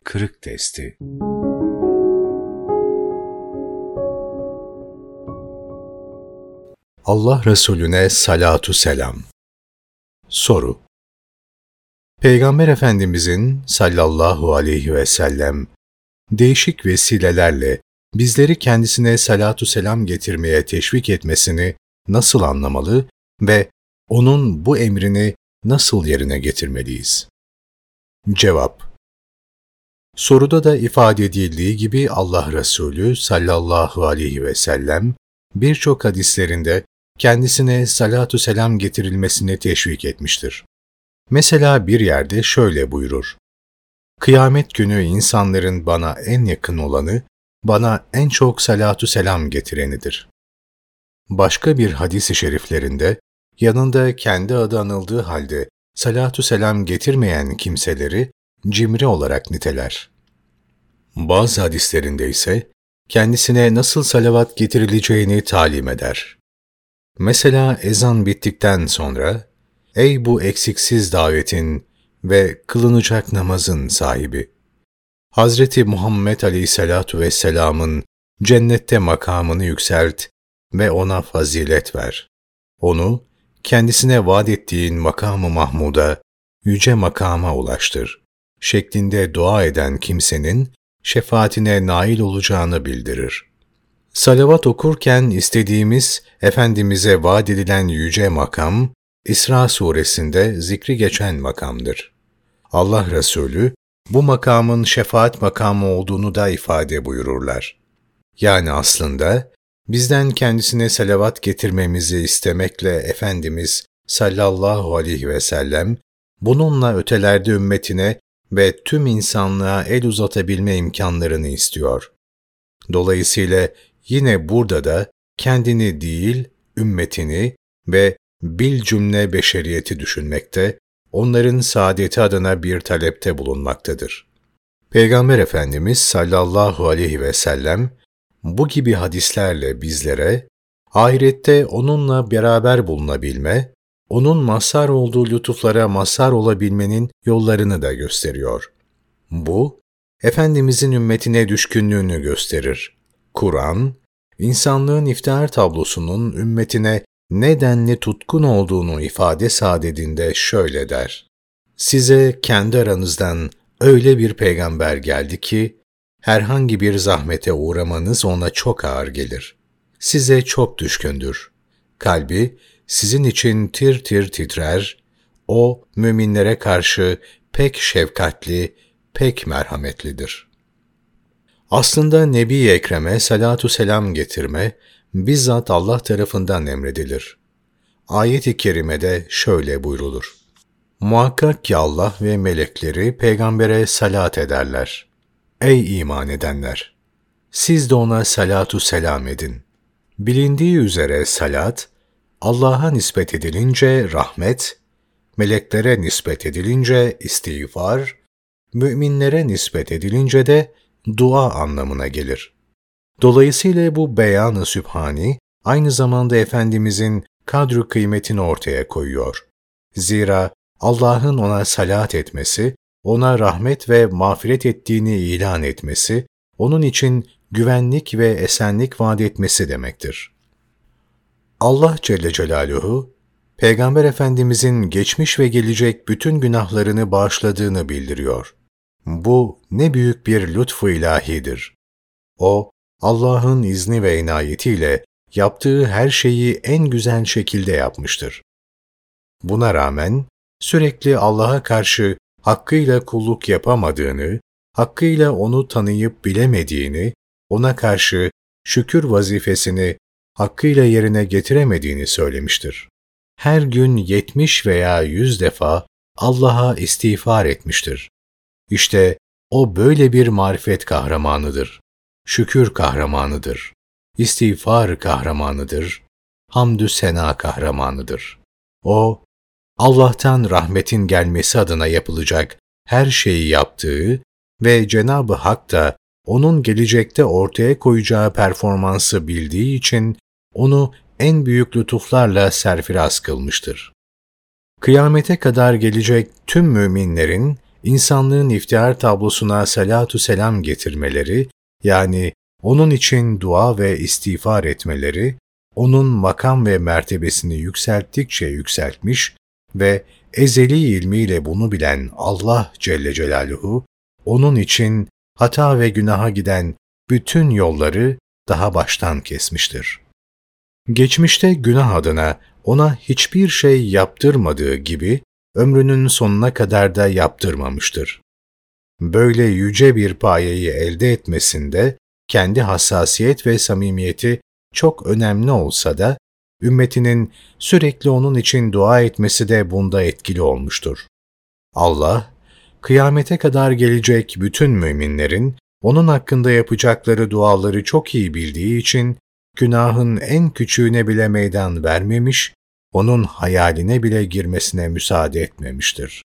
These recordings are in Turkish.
Kırık testi. Allah Resulüne salatu selam. Soru: Peygamber Efendimizin sallallahu aleyhi ve sellem değişik vesilelerle bizleri kendisine salatu selam getirmeye teşvik etmesini nasıl anlamalı ve onun bu emrini nasıl yerine getirmeliyiz? Cevap: Soruda da ifade edildiği gibi Allah Resulü sallallahu aleyhi ve sellem birçok hadislerinde kendisine salatu selam getirilmesini teşvik etmiştir. Mesela bir yerde şöyle buyurur: Kıyamet günü insanların bana en yakın olanı, bana en çok salatu selam getirenidir. Başka bir hadis-i şeriflerinde, yanında kendi adı anıldığı halde salatu selam getirmeyen kimseleri cimri olarak niteler. Bazı hadislerinde ise kendisine nasıl salavat getirileceğini talim eder. Mesela ezan bittikten sonra, ''Ey bu eksiksiz davetin ve kılınacak namazın sahibi! Hazreti Muhammed Aleyhisselatu Vesselam'ın cennette makamını yükselt ve ona fazilet ver. Onu, kendisine vaat ettiğin makam-ı Mahmud'a, yüce makama ulaştır.'' şeklinde dua eden kimsenin şefaatine nail olacağını bildirir. Salavat okurken istediğimiz Efendimiz'e vaat edilen yüce makam, İsra suresinde zikri geçen makamdır. Allah Resulü, bu makamın şefaat makamı olduğunu da ifade buyururlar. Yani aslında, bizden kendisine salavat getirmemizi istemekle Efendimiz sallallahu aleyhi ve sellem, bununla ötelerde ümmetine ve tüm insanlığa el uzatabilme imkanlarını istiyor. Dolayısıyla yine burada da kendini değil, ümmetini ve bilcümle beşeriyeti düşünmekte, onların saadeti adına bir talepte bulunmaktadır. Peygamber Efendimiz sallallahu aleyhi ve sellem bu gibi hadislerle bizlere ahirette onunla beraber bulunabilme, onun mazhar olduğu lütuflara mazhar olabilmenin yollarını da gösteriyor. Bu, Efendimizin ümmetine düşkünlüğünü gösterir. Kur'an, insanlığın iftihar tablosunun ümmetine nedenli tutkun olduğunu ifade sadedinde şöyle der: Size kendi aranızdan öyle bir peygamber geldi ki, herhangi bir zahmete uğramanız ona çok ağır gelir. Size çok düşkündür. Kalbi sizin için tir tir titrer, o müminlere karşı pek şefkatli, pek merhametlidir. Aslında Nebi-i Ekrem'e salatu selam getirme, bizzat Allah tarafından emredilir. Ayet-i kerimede şöyle buyrulur: Muhakkak ki Allah ve melekleri peygambere salat ederler. Ey iman edenler! Siz de ona salatu selam edin. Bilindiği üzere salat, Allah'a nispet edilince rahmet, meleklere nispet edilince istiğfar, müminlere nispet edilince de dua anlamına gelir. Dolayısıyla bu beyan-ı sübhani, aynı zamanda Efendimizin kadr-ı kıymetini ortaya koyuyor. Zira Allah'ın ona salat etmesi, ona rahmet ve mağfiret ettiğini ilan etmesi, onun için güvenlik ve esenlik vaat etmesi demektir. Allah Celle Celaluhu, Peygamber Efendimizin geçmiş ve gelecek bütün günahlarını bağışladığını bildiriyor. Bu ne büyük bir lütfu ilahidir. O, Allah'ın izni ve inayetiyle yaptığı her şeyi en güzel şekilde yapmıştır. Buna rağmen sürekli Allah'a karşı hakkıyla kulluk yapamadığını, hakkıyla onu tanıyıp bilemediğini, ona karşı şükür vazifesini hakkıyla yerine getiremediğini söylemiştir. Her gün 70 veya 100 defa Allah'a istiğfar etmiştir. İşte o böyle bir marifet kahramanıdır. Şükür kahramanıdır. İstiğfar kahramanıdır. Hamdü sena kahramanıdır. O, Allah'tan rahmetin gelmesi adına yapılacak her şeyi yaptığı ve Cenab-ı Hak da onun gelecekte ortaya koyacağı performansı bildiği için onu en büyük lütuflarla serfiraz kılmıştır. Kıyamete kadar gelecek tüm müminlerin insanlığın iftihar tablosuna salatu selam getirmeleri, yani onun için dua ve istiğfar etmeleri, onun makam ve mertebesini yükselttikçe yükseltmiş ve ezeli ilmiyle bunu bilen Allah Celle Celaluhu, onun için hata ve günaha giden bütün yolları daha baştan kesmiştir. Geçmişte günah adına ona hiçbir şey yaptırmadığı gibi, ömrünün sonuna kadar da yaptırmamıştır. Böyle yüce bir payeyi elde etmesinde kendi hassasiyet ve samimiyeti çok önemli olsa da, ümmetinin sürekli onun için dua etmesi de bunda etkili olmuştur. Allah, kıyamete kadar gelecek bütün müminlerin onun hakkında yapacakları duaları çok iyi bildiği için, günahın en küçüğüne bile meydan vermemiş, onun hayaline bile girmesine müsaade etmemiştir.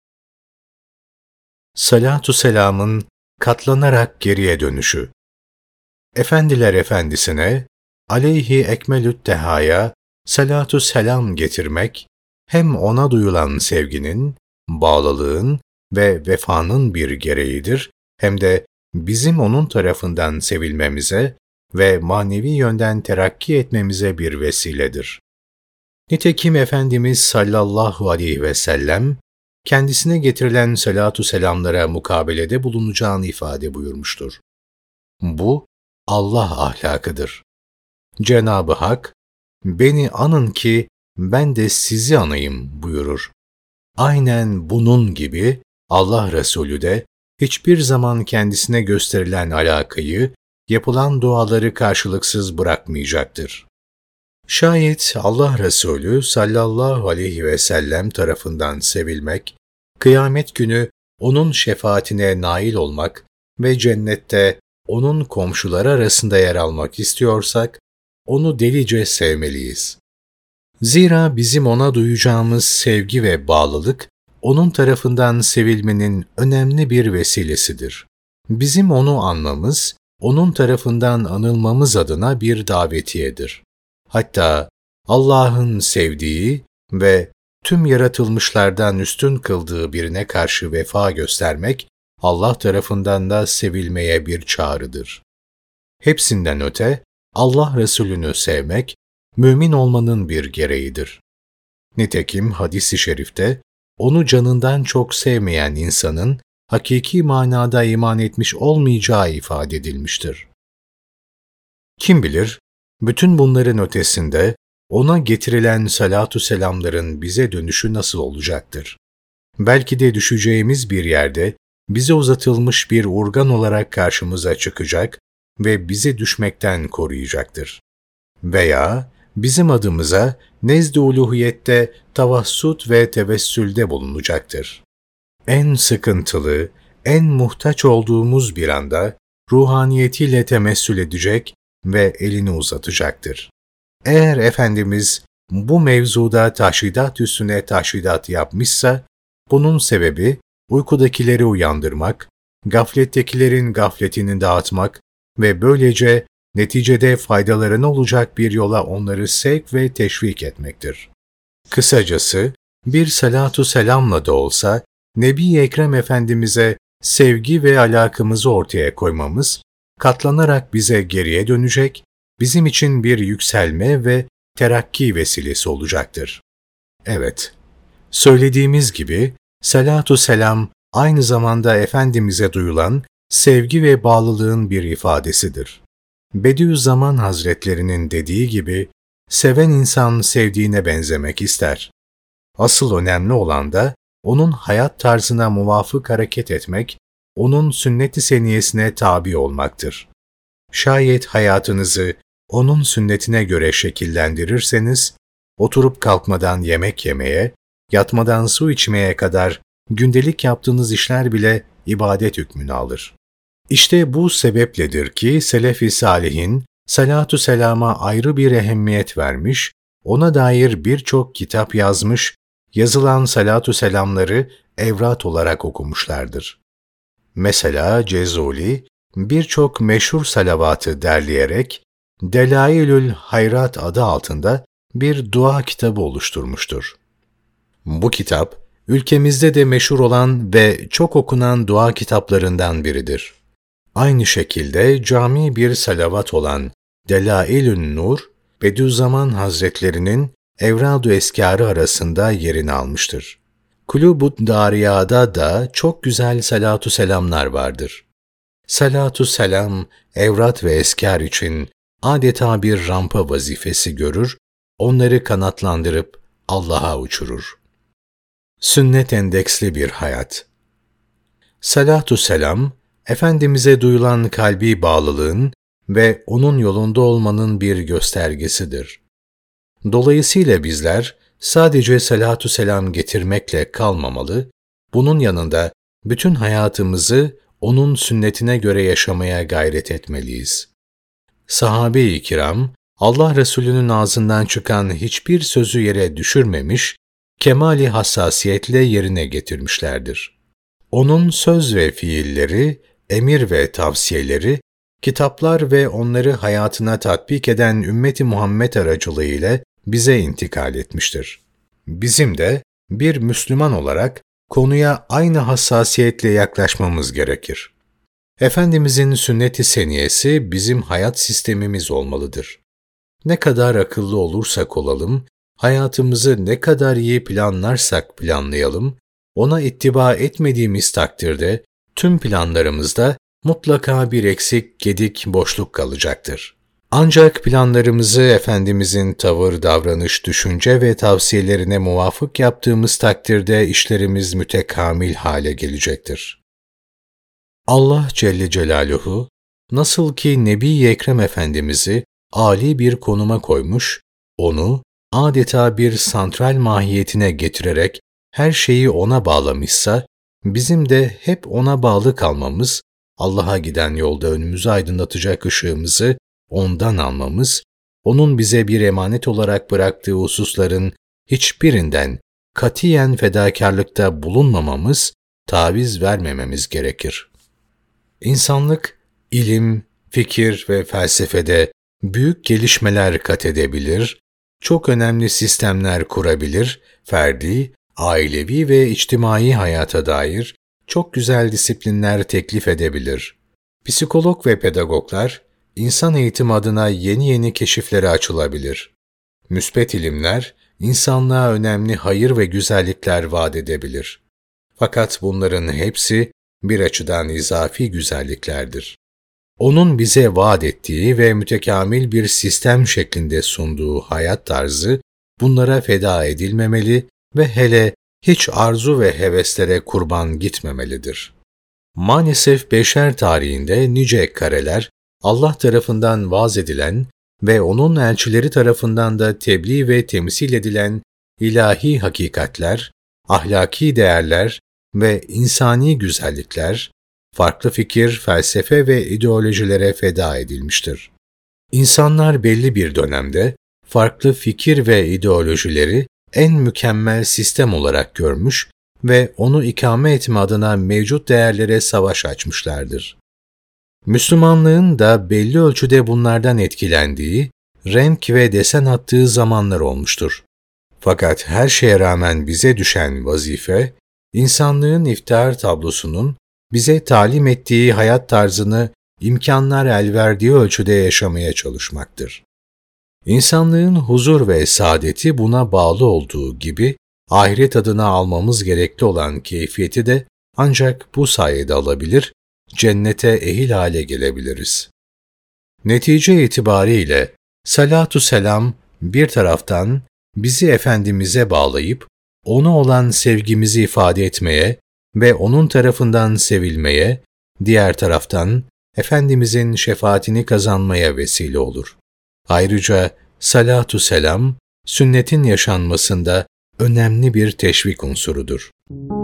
Salatu selamın katlanarak geriye dönüşü. Efendiler efendisine, aleyhi ekmelü't tehaya salatu selam getirmek, hem ona duyulan sevginin, bağlılığın ve vefanın bir gereğidir, hem de bizim onun tarafından sevilmemize ve manevi yönden terakki etmemize bir vesiledir. Nitekim Efendimiz sallallahu aleyhi ve sellem, kendisine getirilen salatu selamlara mukabelede bulunacağını ifade buyurmuştur. Bu, Allah ahlakıdır. Cenab-ı Hak, beni anın ki ben de sizi anayım buyurur. Aynen bunun gibi Allah Resulü de hiçbir zaman kendisine gösterilen alakayı, yapılan duaları karşılıksız bırakmayacaktır. Şayet Allah Resulü sallallahu aleyhi ve sellem tarafından sevilmek, kıyamet günü onun şefaatine nail olmak ve cennette onun komşuları arasında yer almak istiyorsak, onu delice sevmeliyiz. Zira bizim ona duyacağımız sevgi ve bağlılık, onun tarafından sevilmenin önemli bir vesilesidir. Bizim onu anmamız, onun tarafından anılmamız adına bir davetiyedir. Hatta Allah'ın sevdiği ve tüm yaratılmışlardan üstün kıldığı birine karşı vefa göstermek, Allah tarafından da sevilmeye bir çağrıdır. Hepsinden öte, Allah Resulü'nü sevmek, mümin olmanın bir gereğidir. Nitekim hadis-i şerifte, onu canından çok sevmeyen insanın, hakiki manada iman etmiş olmayacağı ifade edilmiştir. Kim bilir, bütün bunların ötesinde, ona getirilen salatu selamların bize dönüşü nasıl olacaktır? Belki de düşeceğimiz bir yerde, bize uzatılmış bir urgan olarak karşımıza çıkacak ve bizi düşmekten koruyacaktır. Veya bizim adımıza nezd-i uluhiyette tavassut ve tevessülde bulunacaktır. En sıkıntılı, en muhtaç olduğumuz bir anda ruhaniyetiyle temessül edecek ve elini uzatacaktır. Eğer Efendimiz bu mevzuda taşidat üstüne taşidat yapmışsa, bunun sebebi uykudakileri uyandırmak, gaflettekilerin gafletini dağıtmak ve böylece neticede faydalarına olacak bir yola onları sevk ve teşvik etmektir. Kısacası, bir salatu selamla da olsa, Nebi-i Ekrem Efendimiz'e sevgi ve alakamızı ortaya koymamız, katlanarak bize geriye dönecek, bizim için bir yükselme ve terakki vesilesi olacaktır. Evet, söylediğimiz gibi, salatu selam aynı zamanda Efendimiz'e duyulan sevgi ve bağlılığın bir ifadesidir. Bediüzzaman Hazretlerinin dediği gibi, seven insan sevdiğine benzemek ister. Asıl önemli olan da, onun hayat tarzına muvafık hareket etmek, onun sünnet-i seniyesine tabi olmaktır. Şayet hayatınızı onun sünnetine göre şekillendirirseniz, oturup kalkmadan yemek yemeye, yatmadan su içmeye kadar gündelik yaptığınız işler bile ibadet hükmünü alır. İşte bu sebepledir ki Selef-i Salihin salatu selama ayrı bir ehemmiyet vermiş, ona dair birçok kitap yazmış, yazılan salatu selamları evrat olarak okumuşlardır. Mesela Cezuli birçok meşhur salavatı derleyerek Delailül Hayrat adı altında bir dua kitabı oluşturmuştur. Bu kitap ülkemizde de meşhur olan ve çok okunan dua kitaplarından biridir. Aynı şekilde cami bir salavat olan Delailün Nur, Bediüzzaman Hazretlerinin Evrad-ı Eskârı arasında yerini almıştır. Kulûb-ı Dâriyâ'da da çok güzel salatu selamlar vardır. Salatu selam, evrat ve eskâr için adeta bir rampa vazifesi görür, onları kanatlandırıp Allah'a uçurur. Sünnet endeksli bir hayat. Salatu selam, Efendimiz'e duyulan kalbi bağlılığın ve onun yolunda olmanın bir göstergesidir. Dolayısıyla bizler sadece salatu selam getirmekle kalmamalı, bunun yanında bütün hayatımızı onun sünnetine göre yaşamaya gayret etmeliyiz. Sahabe-i kiram, Allah Resulü'nün ağzından çıkan hiçbir sözü yere düşürmemiş, kemali hassasiyetle yerine getirmişlerdir. Onun söz ve fiilleri, emir ve tavsiyeleri, kitaplar ve onları hayatına tatbik eden ümmeti Muhammed aracılığıyla bize intikal etmiştir. Bizim de bir Müslüman olarak konuya aynı hassasiyetle yaklaşmamız gerekir. Efendimizin sünnet-i seniyesi bizim hayat sistemimiz olmalıdır. Ne kadar akıllı olursak olalım, hayatımızı ne kadar iyi planlarsak planlayalım, ona ittiba etmediğimiz takdirde tüm planlarımızda mutlaka bir eksik, gedik, boşluk kalacaktır. Ancak planlarımızı Efendimizin tavır, davranış, düşünce ve tavsiyelerine muvafık yaptığımız takdirde işlerimiz mütekamil hale gelecektir. Allah Celle Celaluhu, nasıl ki Nebi-i Ekrem Efendimiz'i âli bir konuma koymuş, onu adeta bir santral mahiyetine getirerek her şeyi ona bağlamışsa, bizim de hep ona bağlı kalmamız, Allah'a giden yolda önümüzü aydınlatacak ışığımızı ondan almamız, onun bize bir emanet olarak bıraktığı hususların hiçbirinden katiyen fedakarlıkta bulunmamamız, taviz vermememiz gerekir. İnsanlık, ilim, fikir ve felsefede büyük gelişmeler kat edebilir, çok önemli sistemler kurabilir, ferdi, ailevi ve içtimai hayata dair çok güzel disiplinler teklif edebilir. Psikolog ve pedagoglar, insan eğitim adına yeni keşiflere açılabilir. Müsbet ilimler, insanlığa önemli hayır ve güzellikler vaat edebilir. Fakat bunların hepsi bir açıdan izafi güzelliklerdir. Onun bize vaat ettiği ve mütekamil bir sistem şeklinde sunduğu hayat tarzı bunlara feda edilmemeli ve hele hiç arzu ve heveslere kurban gitmemelidir. Maalesef beşer tarihinde nice kareler Allah tarafından vaaz edilen ve onun elçileri tarafından da tebliğ ve temsil edilen ilahi hakikatler, ahlaki değerler ve insani güzellikler, farklı fikir, felsefe ve ideolojilere feda edilmiştir. İnsanlar belli bir dönemde farklı fikir ve ideolojileri en mükemmel sistem olarak görmüş ve onu ikame etme adına mevcut değerlere savaş açmışlardır. Müslümanlığın da belli ölçüde bunlardan etkilendiği, renk ve desen attığı zamanlar olmuştur. Fakat her şeye rağmen bize düşen vazife, insanlığın iftihar tablosunun bize talim ettiği hayat tarzını imkanlar el verdiği ölçüde yaşamaya çalışmaktır. İnsanlığın huzur ve saadeti buna bağlı olduğu gibi, ahiret adına almamız gerekli olan keyfiyeti de ancak bu sayede alabilir, cennete ehil hale gelebiliriz. Netice itibariyle salatu selam bir taraftan bizi Efendimiz'e bağlayıp, ona olan sevgimizi ifade etmeye ve onun tarafından sevilmeye, diğer taraftan Efendimiz'in şefaatini kazanmaya vesile olur. Ayrıca salatu selam, sünnetin yaşanmasında önemli bir teşvik unsurudur.